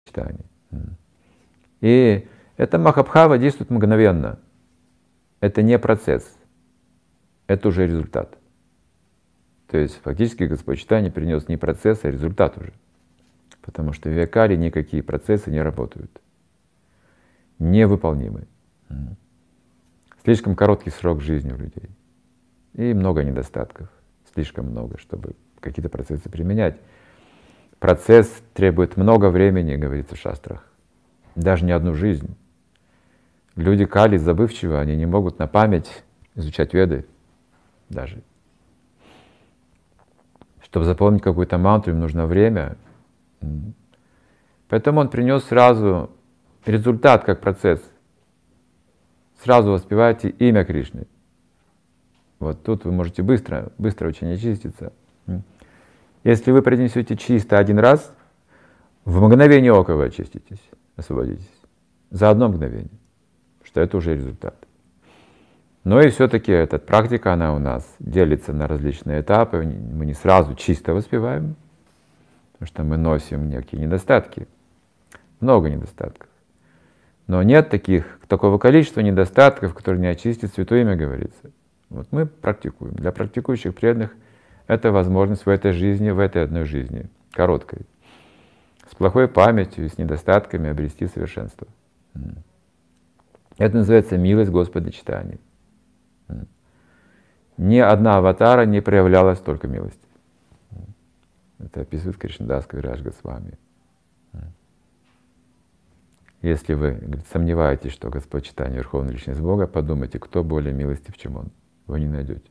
сочетании. И эта Махабхава действует мгновенно. Это не процесс, это уже результат. То есть фактически Господь Чайтанья принес не процесс, а результат уже. Потому что в Вивекаре никакие процессы не работают. Невыполнимы. Слишком короткий срок жизни у людей. И много недостатков. Слишком много, чтобы какие-то процессы применять. Процесс требует много времени, говорится в шастрах. Даже не одну жизнь. Люди кали забывчивы, они не могут на память изучать веды даже. Чтобы запомнить какую-то мантру, им нужно время. Поэтому он принес сразу результат как процесс. Сразу воспевайте имя Кришны. Вот тут вы можете быстро очень очиститься. Если вы принесете чисто один раз, в мгновение ока вы очиститесь, освободитесь. За одно мгновение. Что это уже результат. Но и все-таки эта практика, она у нас делится на различные этапы. Мы не сразу чисто воспеваем, потому что мы носим некие недостатки. Много недостатков. Но нет такого количества недостатков, которые не очистит святое имя, говорится. Вот мы практикуем. Для практикующих преданных это возможность в этой жизни, в этой одной жизни, короткой, с плохой памятью, с недостатками обрести совершенство. Это называется милость Господа Чайтаньи. Ни одна аватара не проявляла столько милости. Это описывает Кришнадас Кавирадж Госвами. Если вы, говорит, сомневаетесь, что Господь Чайтанья — Верховная Личность Бога, подумайте, кто более милостив, чем Он. Вы не найдете.